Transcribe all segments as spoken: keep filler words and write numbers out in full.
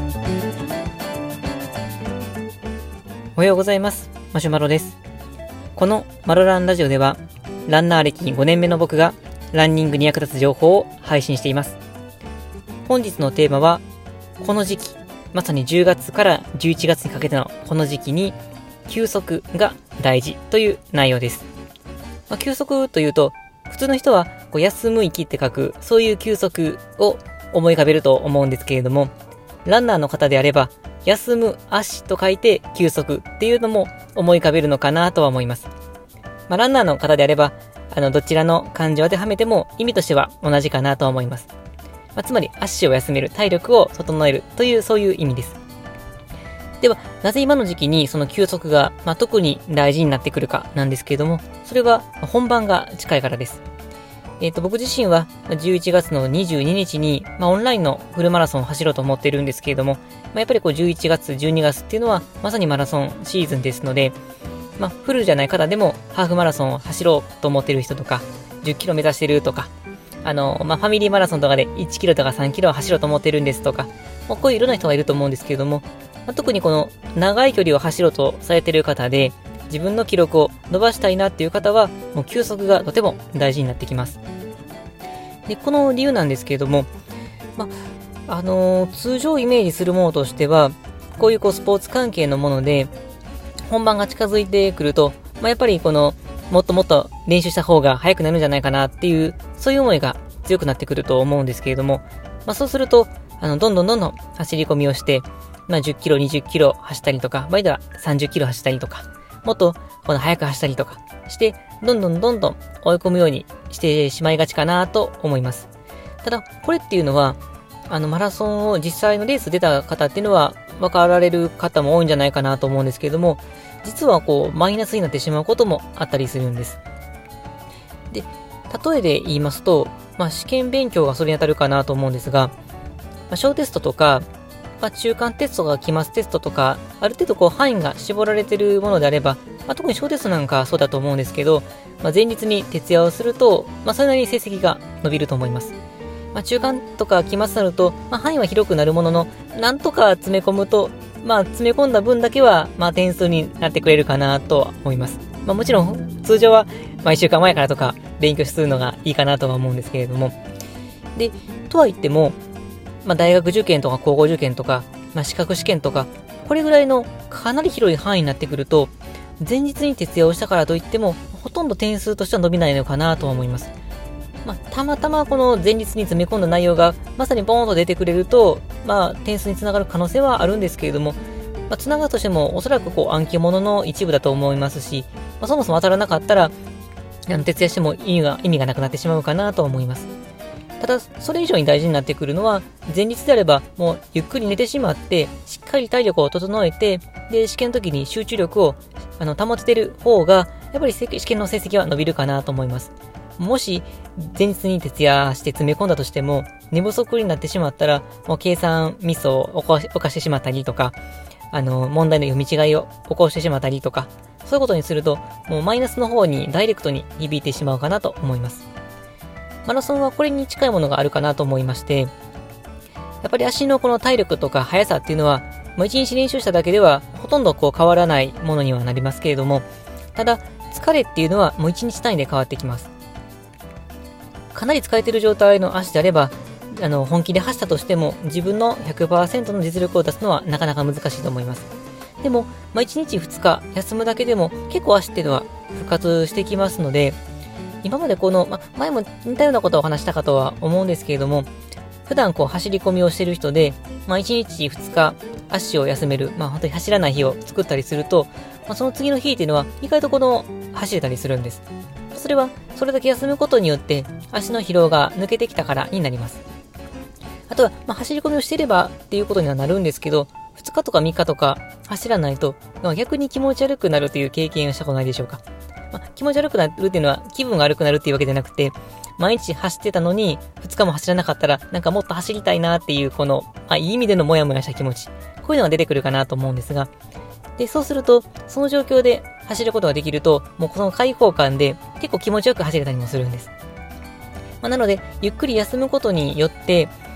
おはようございます。マシュマロです。このマロランラジオでは、ランナー歴ごねんめの僕がランニングに役立つ情報を配信しています。本日のテーマは、この時期、まさにじゅうがつからじゅういちがつにかけてのこの時期に休息が大事という内容です。まあ、休息というと、普通の人はこう休む息って書く、そういう休息を思い浮かべると思うんですけれども、ランナーの方であれば、休む足と書いて休息っていうのも思い浮かべるのかなとは思います。まあ、ランナーの方であれば、あの、どちらの漢字を当てはめても意味としては同じかなとは思います。まあ、つまり足を休める、体力を整えるという、そういう意味です。では、なぜ今の時期にその休息が、まあ、特に大事になってくるかなんですけれども、それは本番が近いからです。えっと、僕自身はじゅういちがつのにじゅうににちに、まあ、オンラインのフルマラソンを走ろうと思っているんですけれども、まあ、やっぱりこうじゅういちがつ、じゅうにがつっていうのはまさにマラソンシーズンですので、まあ、フルじゃない方でもハーフマラソンを走ろうと思っている人とか、じゅっキロ目指してるとか、あの、まあ、ファミリーマラソンとかでいちキロとかさんキロを走ろうと思ってるんですとか、まあ、こういういろんな人がいると思うんですけれども、まあ、特にこの長い距離を走ろうとされている方で、自分の記録を伸ばしたいなっていう方は、もう休息がとても大事になってきます。で、この理由なんですけれども、まあ、あのー、通常イメージするものとしては、こういうこうスポーツ関係のもので、本番が近づいてくると、まあ、やっぱりこの、もっともっと練習した方が早くなるんじゃないかなっていう、そういう思いが強くなってくると思うんですけれども、まあ、そうすると、あの、どんどんどんどん走り込みをして、まあ、じゅっキロ、にじゅっキロ走ったりとか、場合ではさんじゅっキロ走ったりとか、もっとこの早く走ったりとかして、どんどんどんどん追い込むようにしてしまいがちかなと思います。ただ、これっていうのは、あの、マラソンを実際のレース出た方っていうのは、分かられる方も多いんじゃないかなと思うんですけれども、実はこう、マイナスになってしまうこともあったりするんです。で、例えで言いますと、まあ、試験勉強がそれに当たるかなと思うんですが、まあ、小テストとか、まあ、中間テストが期末テストとか、ある程度こう範囲が絞られているものであれば、まあ、特に小テストなんかはそうだと思うんですけど、まあ、前日に徹夜をすると、まあ、それなりに成績が伸びると思います。まあ、中間とか期末になると、まあ、範囲は広くなるものの、なんとか詰め込むと、まあ、詰め込んだ分だけは、まあ、点数になってくれるかなとは思います。まあ、もちろん、通常は、まあ、いっしゅうかんまえからとか勉強するのがいいかなとは思うんですけれども。で、とは言っても、まあ、大学受験とか高校受験とか、まあ、資格試験とか、これぐらいのかなり広い範囲になってくると、前日に徹夜をしたからといっても、ほとんど点数としては伸びないのかなと思います。まあ、たまたまこの前日に詰め込んだ内容が、まさにボーンと出てくれると、まあ、点数につながる可能性はあるんですけれども、まあ、つながるとしても、おそらくこう暗記物の一部だと思いますし、まあ、そもそも当たらなかったら、あの徹夜しても意味が、意味がなくなってしまうかなと思います。ただ、それ以上に大事になってくるのは、前日であれば、もうゆっくり寝てしまって、しっかり体力を整えて、で、試験の時に集中力をあの保ててる方が、やっぱり試験の成績は伸びるかなと思います。もし、前日に徹夜して詰め込んだとしても、寝不足になってしまったら、もう計算ミスを犯してしまったりとか、あの、問題の読み違いを起こしてしまったりとか、そういうことにすると、もうマイナスの方にダイレクトに響いてしまうかなと思います。マラソンはこれに近いものがあるかなと思いまして、やっぱり足のこの体力とか速さっていうのは、もう一日練習しただけではほとんどこう変わらないものにはなりますけれども、ただ疲れっていうのはもう一日単位で変わってきます。かなり疲れている状態の足であれば、あの本気で走ったとしても自分の ひゃくパーセント の実力を出すのはなかなか難しいと思います。でも、まあ、いちにちふつか休むだけでも結構足っていうのは復活してきますので、今までこの、ま、前も似たようなことを話したかとは思うんですけれども、普段こう走り込みをしている人で、まあ、いちにちふつか足を休める、まあ、本当に走らない日を作ったりすると、まあ、その次の日っていうのは意外とこの走れたりするんです。それはそれだけ休むことによって足の疲労が抜けてきたからになります。あとは、まあ、走り込みをしていればっていうことにはなるんですけど、ふつかとかみっかとか走らないと、まあ、逆に気持ち悪くなるという経験をしたことないでしょうか。まあ、気持ち悪くなるっていうのは気分が悪くなるっていうわけじゃなくて、毎日走ってたのにふつかも走らなかったらなんかもっと走りたいなっていうこの、まあ、いい意味でのモヤモヤした気持ち、こういうのが出てくるかなと思うんですが、で、そうするとその状況で走ることができると、もうこの開放感で結構気持ちよく走れたりもするんです。まあ、なのでゆっくり休むことによって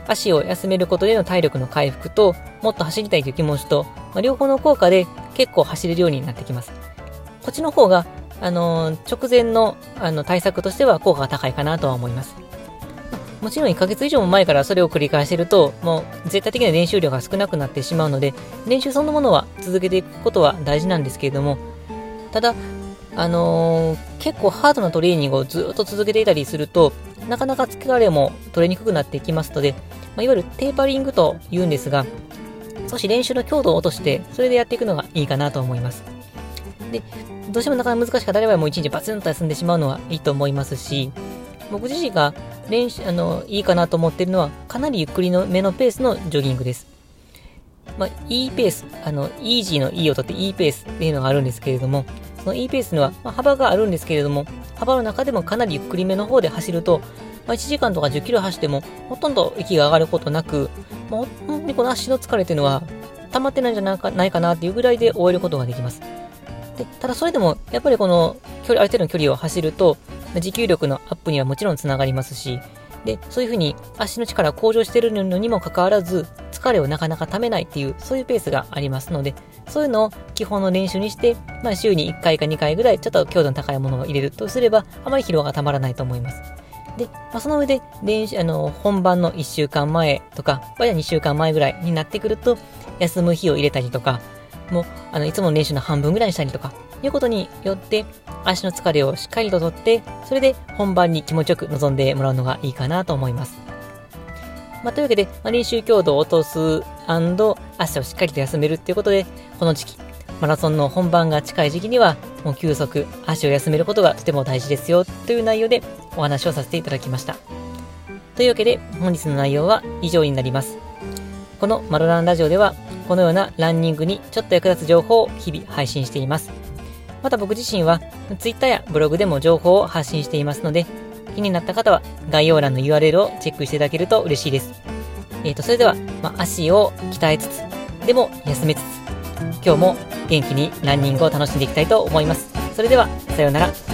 足を休めることでの体力の回復と、もっと走りたいという気持ちと、まあ、両方の効果で結構走れるようになってきます。こっちの方が、あのー、直前の、あの対策としては効果が高いかなとは思います。もちろんいっかげつ以上も前からそれを繰り返していると、もう絶対的な練習量が少なくなってしまうので、練習そのものは続けていくことは大事なんですけれども、ただ、あのー、結構ハードなトレーニングをずっと続けていたりすると、なかなか疲れも取れにくくなっていきますので、まあ、いわゆるテーパリングと言うんですが、少し練習の強度を落として、それでやっていくのがいいかなと思います。で、どうしてもなかなか難しかったらもう一日バツンと休んでしまうのはいいと思いますし、僕自身が練習、あの、いいかなと思っているのは、かなりゆっくりのめのペースのジョギングです。まあ、いいペース、あの、イージーの E を取っていいペースっていうのがあるんですけれども、そのいいペースには、まあ、幅があるんですけれども、幅の中でもかなりゆっくりめの方で走ると、まあ、いちじかんとかじゅっキロ走っても、ほとんど息が上がることなく、まあ、本当にこの足の疲れというのは、溜まってないんじゃないかないかなっていうぐらいで終えることができます。で、ただそれでも、やっぱりこの距離、ある程度の距離を走ると、持久力のアップにはもちろんつながりますし、で、そういうふうに足の力向上しているのにもかかわらず、疲れをなかなかためないっていう、そういうペースがありますので、そういうのを基本の練習にして、まあ週にいっかいかにかいぐらい、ちょっと強度の高いものを入れるとすれば、あまり疲労がたまらないと思います。で、まあ、その上で、練習、あの、本番のいっしゅうかんまえとか、まあ、にしゅうかんまえぐらいになってくると、休む日を入れたりとか、もう、あの、いつもの練習の半分ぐらいにしたりとか、いうことによって、足の疲れをしっかりととって、それで本番に気持ちよく臨んでもらうのがいいかなと思います。まあ、というわけで、まあ、練習強度を落とす&足をしっかりと休めるっていうことで、この時期、マラソンの本番が近い時期には、もう休息、足を休めることがとても大事ですよ、という内容でお話をさせていただきました。というわけで、本日の内容は以上になります。このマロランラジオでは、このようなランニングにちょっと役立つ情報を日々配信しています。また僕自身は Twitter やブログでも情報を発信していますので、気になった方は概要欄の ユーアールエル をチェックしていただけると嬉しいです。えーと、それでは、まあ、足を鍛えつつ、でも休めつつ、今日も元気にランニングを楽しんでいきたいと思います。それでは、さようなら。